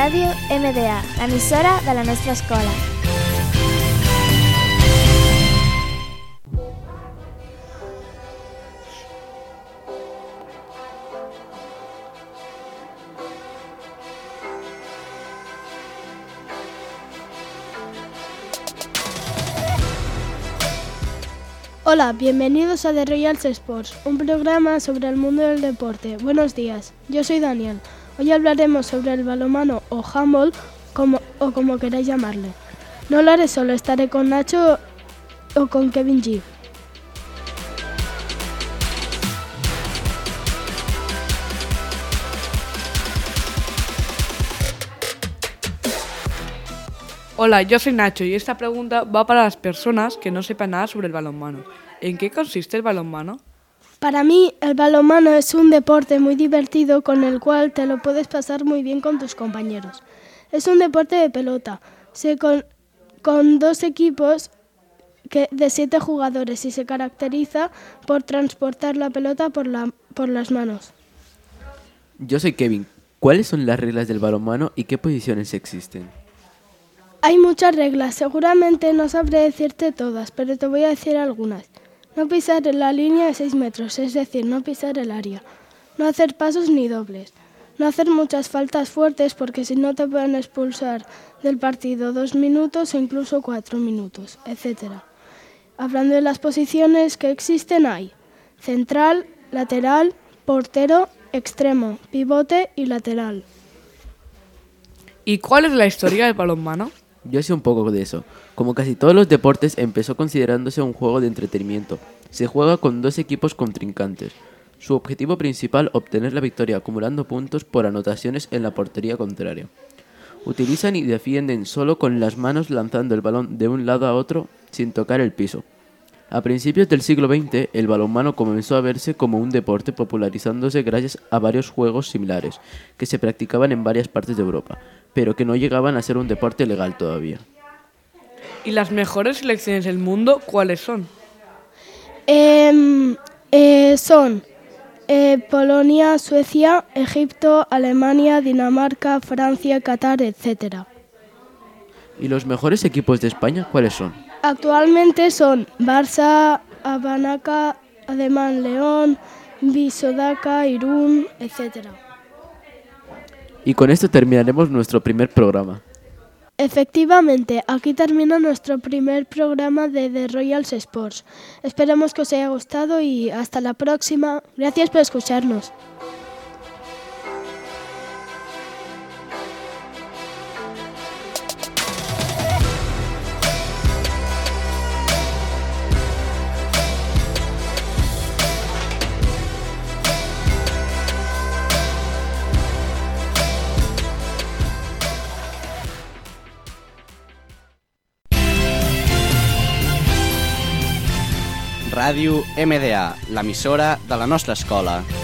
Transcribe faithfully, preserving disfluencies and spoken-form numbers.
Ràdio M D A, l'emissora de la nostra escola. Hola, bienvenidos a The Royals Sports, un programa sobre el mundo del deporte. Buenos días, yo soy Daniel. Hoy hablaremos sobre el balonmano o handball, como, o como queráis llamarle. No lo haré solo, estaré con Nacho o con Kevin G. Hola, yo soy Nacho y esta pregunta va para las personas que no sepan nada sobre el balonmano. ¿En qué consiste el balonmano? Para mí, el balonmano es un deporte muy divertido con el cual te lo puedes pasar muy bien con tus compañeros. Es un deporte de pelota, se con, con dos equipos que, de siete jugadores y se caracteriza por transportar la pelota por, la, por las manos. Yo soy Kevin. ¿Cuáles son las reglas del balonmano y qué posiciones existen? Hay muchas reglas, seguramente no sabré decirte todas, pero te voy a decir algunas. No pisar la línea de seis metros, es decir, no pisar el área. No hacer pasos ni dobles. No hacer muchas faltas fuertes porque si no te pueden expulsar del partido dos minutos o incluso cuatro minutos, etcétera. Hablando de las posiciones que existen hay central, lateral, portero, extremo, pivote y lateral. ¿Y cuál es la historia del balonmano? Yo sé un poco de eso. Como casi todos los deportes, empezó considerándose un juego de entretenimiento. Se juega con dos equipos contrincantes. Su objetivo principal, obtener la victoria acumulando puntos por anotaciones en la portería contraria. Utilizan y defienden solo con las manos lanzando el balón de un lado a otro sin tocar el piso. A principios del siglo veinte, el balonmano comenzó a verse como un deporte popularizándose gracias a varios juegos similares que se practicaban en varias partes de Europa, pero que no llegaban a ser un deporte legal todavía. ¿Y las mejores selecciones del mundo cuáles son? Eh, eh, son eh, Polonia, Suecia, Egipto, Alemania, Dinamarca, Francia, Qatar, etcétera. ¿Y los mejores equipos de España cuáles son? Actualmente son Barça, Abanaka, Ademán León, Visodaka, Irún, etcétera. Y con esto terminaremos nuestro primer programa. Efectivamente, aquí termina nuestro primer programa de The Royals Sports. Esperemos que os haya gustado y hasta la próxima. Gracias por escucharnos. Ràdio M D A, l'emissora de la nostra escola.